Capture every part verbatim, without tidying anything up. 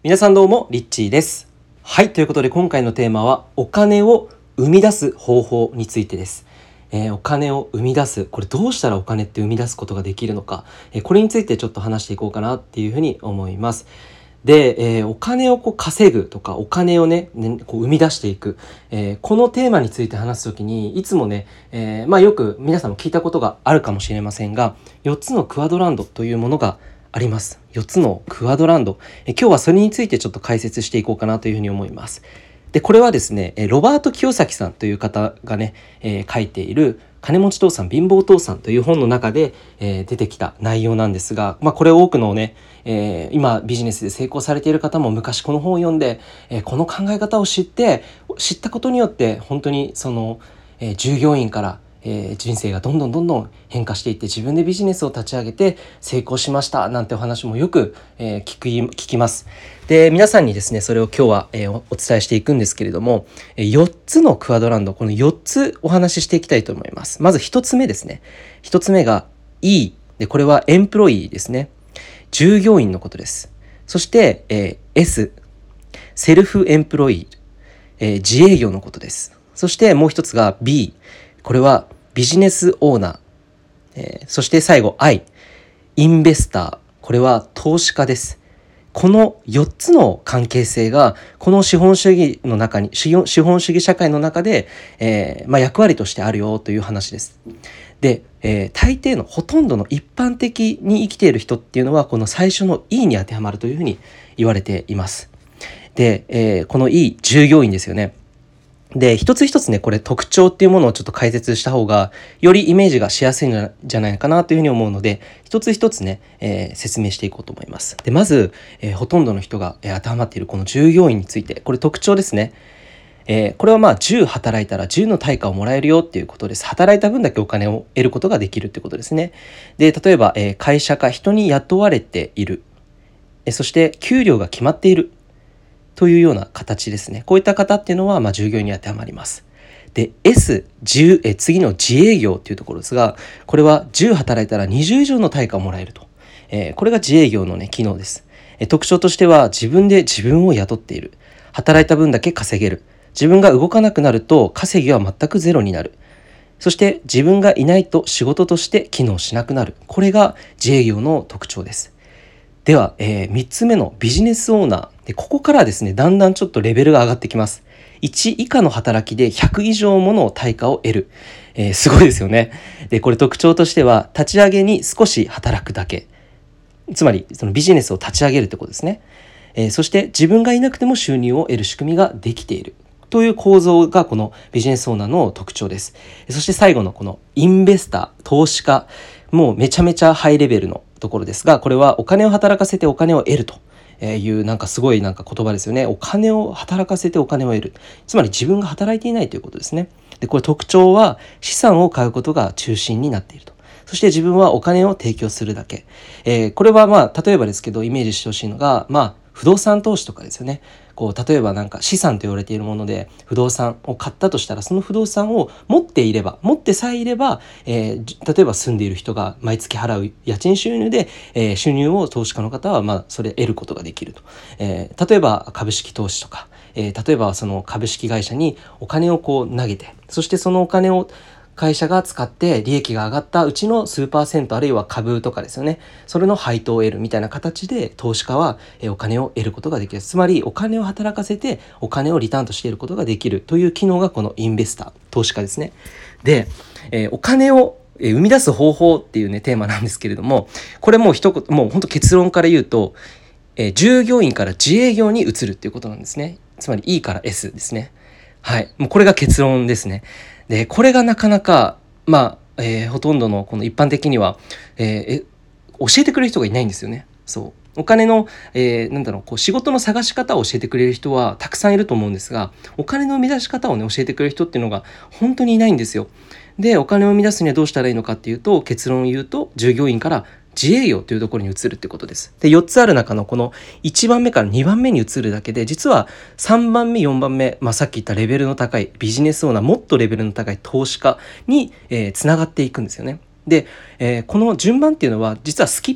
皆さんどうもリッチーです。はい、ということで今回のテーマはお金を生み出す方法についてです。えー、お金を生み出す、これどうしたらお金って生み出すことができるのか、えー、これについてちょっと話していこうかなっていうふうに思います。で、えー、お金をこう稼ぐとかお金をね、ねこう生み出していく、えー、このテーマについて話すときにいつもね、えー、まあよく皆さんも聞いたことがあるかもしれませんが、よっつのクワドランドというものがあります。よっつのクワドランド、え今日はそれについてちょっと解説していこうかなというふうに思います。でこれはですね、ロバート清崎さんという方がね、えー、書いている金持ち父さん貧乏父さんという本の中で、えー、出てきた内容なんですが、まあ、これ多くのね、えー、今ビジネスで成功されている方も昔この本を読んで、えー、この考え方を知って知ったことによって本当にその、えー、従業員からえー、人生がどんどんどんどん変化していって自分でビジネスを立ち上げて成功しましたなんてお話もよく、えー、聞き、聞きます。で皆さんにですねそれを今日は、えー、お伝えしていくんですけれども、えー、よっつのクワドランド、このよっつお話ししていきたいと思います。まずひとつめですね。ひとつめが E で、これはエンプロイーですね、従業員のことです。そして、えー、S セルフエンプロイー、えー、自営業のことです。そしてもう一つが B、これはビジネスオーナー、えー、そして最後 I、 インベスター、これは投資家です。このよっつの関係性がこの資本主義の中に資本主義社会の中で、えーまあ、役割としてあるよという話です。で、えー、大抵のほとんどの一般的に生きている人っていうのはこの最初の E に当てはまるというふうに言われています。で、えー、この E、 従業員ですよね。で、一つ一つね、これ特徴っていうものをちょっと解説した方が、よりイメージがしやすいんじゃないかなというふうに思うので、一つ一つね、えー、説明していこうと思います。で、まず、えー、ほとんどの人が、えー、当てはまっているこの従業員について、これ特徴ですね。えー、これはまあじゅう働いたらじゅうの対価をもらえるよっていうことです。働いた分だけお金を得ることができるってことですね。で、例えば、えー、会社か人に雇われている。えー、そして給料が決まっている。というような形ですね。こういった方っていうのは、まあ、従業員に当てはまります。で、S、じゅう、え次の自営業っていうところですが、これはじゅう働いたらにじゅう以上の対価をもらえると。えー、これが自営業のね、機能です。えー、特徴としては、自分で自分を雇っている。働いた分だけ稼げる。自分が動かなくなると、稼ぎは全くゼロになる。そして自分がいないと仕事として機能しなくなる。これが自営業の特徴です。では、えー、みっつめのビジネスオーナーで、ここからですねだんだんちょっとレベルが上がってきます。いち以下の働きでひゃく以上もの対価を得る、えー、すごいですよね。でこれ特徴としては、立ち上げに少し働くだけ、つまりそのビジネスを立ち上げるってことですね。えー、そして自分がいなくても収入を得る仕組みができているという構造がこのビジネスオーナーの特徴です。そして最後のこのインベスター、投資家、もうめちゃめちゃハイレベルのところですが、これはお金を働かせてお金を得るというなんかすごいなんか言葉ですよね。お金を働かせてお金を得る、つまり自分が働いていないということですね。でこれ特徴は資産を買うことが中心になっていると。そして自分はお金を提供するだけ、えー、これはまあ例えばですけどイメージしてほしいのが、まあ不動産投資とかですよね。こう例えばなんか資産と言われているもので不動産を買ったとしたら、その不動産を持っていれば持ってさえいれば、えー、例えば住んでいる人が毎月払う家賃収入で、えー、収入を投資家の方はまあそれ得ることができると。えー、例えば株式投資とか、えー、例えばその株式会社にお金をこう投げて、そしてそのお金を会社が使って利益が上がったうちの数パーセント、あるいは株とかですよね、それの配当を得るみたいな形で投資家はお金を得ることができる。つまりお金を働かせてお金をリターンとしていることができるという機能がこのインベスター、投資家ですね。で、えー、お金を生み出す方法っていうねテーマなんですけれども、これもう一言、もう本当結論から言うと、えー、従業員から自営業に移るっていうことなんですね。つまり E から S ですね。はい、もうこれが結論ですね。でこれがなかなかまあ、えー、ほとんどのこの一般的には、えー、え教えてくれる人がいないんですよね。そうお金の、えー、なんだろうこう仕事の探し方を教えてくれる人はたくさんいると思うんですが、お金の生み出し方をね教えてくれる人っていうのが本当にいないんですよ。でお金を生み出すにはどうしたらいいのかっていうと、結論を言うと従業員から自営業というところに移るってことです。でよっつある中のこのいちばんめからにばんめに移るだけで、実はさんばんめよんばんめ、まあ、さっき言ったレベルの高いビジネスオーナー、もっとレベルの高い投資家に、えー、つながっていくんですよね。で、えー、この順番っていうのは実はスキップ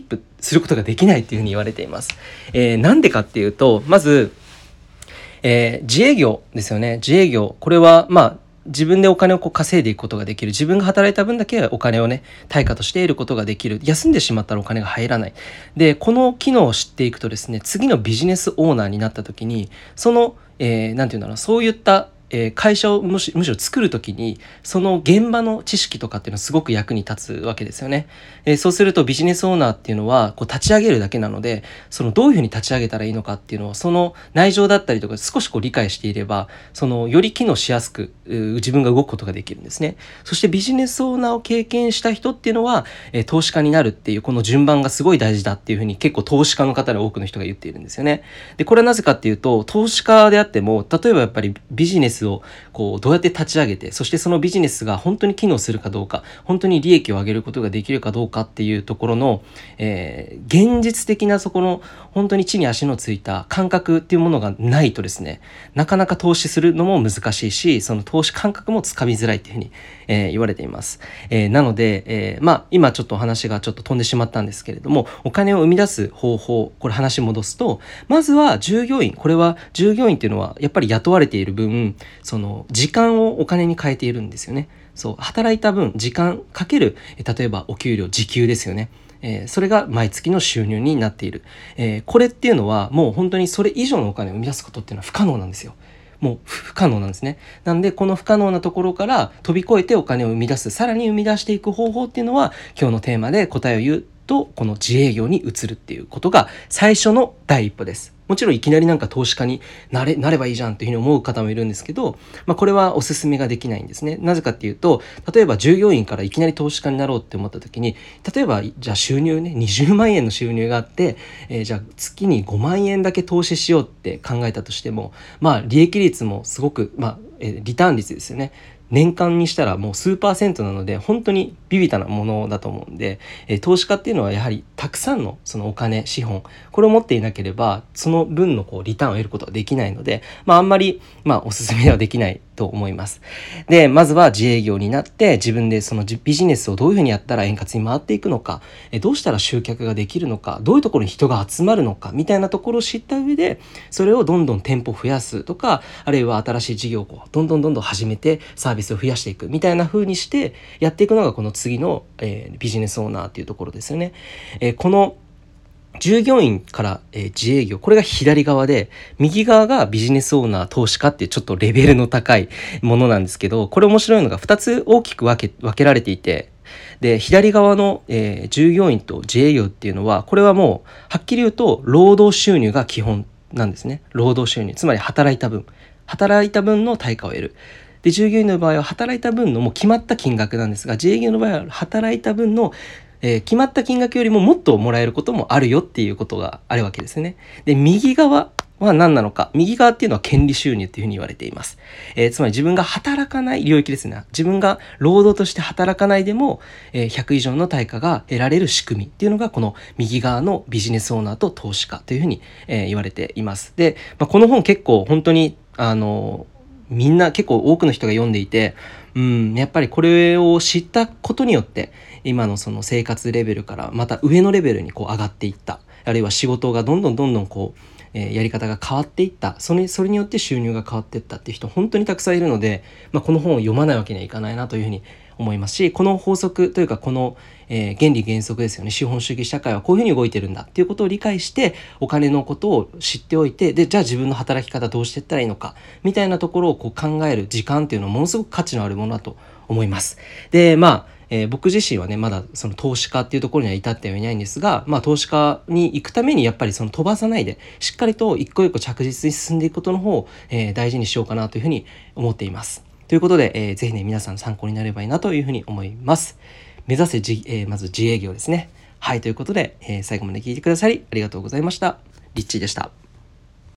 することができないっていうふうに言われています。えー、なんでかっていうと、まず、えー、自営業ですよね。自営業。これは、まあ、自分でお金をこう稼いでいくことができる。自分が働いた分だけお金をね、対価として得ることができる。休んでしまったらお金が入らない。で、この機能を知っていくとですね、次のビジネスオーナーになった時に、その、えー、なんていうんだろう、そういったえー会社をむし、むしろ作るときにその現場の知識とかっていうのはすごく役に立つわけですよね。えーそうするとビジネスオーナーっていうのはこう立ち上げるだけなので、そのどういうふうに立ち上げたらいいのかっていうのをその内情だったりとか少しこう理解していれば、そのより機能しやすくう自分が動くことができるんですね。そしてビジネスオーナーを経験した人っていうのは、えー投資家になるっていうこの順番がすごい大事だっていうふうに結構投資家の方で多くの人が言っているんですよね。でこれはなぜかっていうと、投資家であっても例えばやっぱりビジネスをこうどうやって立ち上げて、そしてそのビジネスが本当に機能するかどうか、本当に利益を上げることができるかどうかっていうところの、えー現実的なそこの本当に地に足のついた感覚っていうものがないとですね、なかなか投資するのも難しいし、その投資感覚もつかみづらいっていうふうに、えー言われています。えーなので、えーまあ今ちょっとお話がちょっと飛んでしまったんですけれども、お金を生み出す方法、これ話戻すと、まずは従業員、これは従業員っていうのはやっぱり雇われている分、その時間をお金に変えているんですよね。そう、働いた分時間かける、えー例えばお給料、時給ですよね。えーそれが毎月の収入になっている。えーこれっていうのはもう本当にそれ以上のお金を生み出すことっていうのは不可能なんですよ。もう不不可能なんですね。なんでこの不可能なところから飛び越えてお金を生み出す、さらに生み出していく方法っていうのは今日のテーマで答えを言うと、この自営業に移るっていうことが最初の第一歩です。もちろんいきなりなんか投資家になれ、なればいいじゃんというふうに思う方もいるんですけど、まあ、これはお勧めができないんですね。なぜかっていうと、例えば従業員からいきなり投資家になろうって思った時に、例えばじゃあ収入ね、にじゅうまん円の収入があって、えーじゃあ月にごまん円だけ投資しようって考えたとしても、まあ利益率もすごく、まあ、えーリターン率ですよね。年間にしたらもう数パーセントなので本当にビビたなものだと思うんで、えー投資家っていうのはやはりたくさんのそのお金、資本、これを持っていなければその分のこうリターンを得ることはできないので、まああんまりまあおすすめはできないと思います。で、まずは自営業になって自分でそのじビジネスをどういうふうにやったら円滑に回っていくのか、えーどうしたら集客ができるのか、どういうところに人が集まるのかみたいなところを知った上で、それをどんどん店舗増やすとか、あるいは新しい事業をこうどんどんどんどん始めてサービスを増やしていくみたいな風にしてやっていくのがこの次の、えービジネスオーナーっていうところですよね。えーこの従業員から、えー自営業、これが左側で、右側がビジネスオーナー、投資家っていうちょっとレベルの高いものなんですけど、これ面白いのがふたつ大きく分け分けられていて、で左側の、えー従業員と自営業っていうのは、これはもうはっきり言うと労働収入が基本なんですね。労働収入、つまり働いた分働いた分の対価を得る。で従業員の場合は働いた分のもう決まった金額なんですが、自営業の場合は働いた分の、えー決まった金額よりももっともらえることもあるよっていうことがあるわけですね。で右側は何なのか。右側っていうのは権利収入っていうふうに言われています。えーつまり自分が働かない領域ですね。自分が労働として働かないでも、えーひゃく以上の対価が得られる仕組みっていうのがこの右側のビジネスオーナーと投資家というふうに、えー言われています。で、まあ、この本結構本当にあのみんな結構多くの人が読んでいて、うん、やっぱりこれを知ったことによって今のその生活レベルからまた上のレベルにこう上がっていった、あるいは仕事がどんどんどんどんこう、えーやり方が変わっていった、それそれによって収入が変わっていったっていう人本当にたくさんいるので、まあ、この本を読まないわけにはいかないなというふうに思いますし、この法則というかこの、えー原理原則ですよね。資本主義社会はこういうふうに動いてるんだっていうことを理解して、お金のことを知っておいて、でじゃあ自分の働き方どうしていったらいいのかみたいなところをこう考える時間っていうのはものすごく価値のあるものだと思います。でまあえー僕自身はねまだその投資家っていうところには至ってはいないんですが、まあ投資家に行くためにやっぱりその飛ばさないでしっかりと一個一個着実に進んでいくことの方を、えー大事にしようかなというふうに思っています。ということで、えーぜひね皆さん参考になればいいなというふうに思います。目指せじ、えーまず自営業ですね。はい、ということで、えー最後まで聞いてくださりありがとうございました。リッチーでした。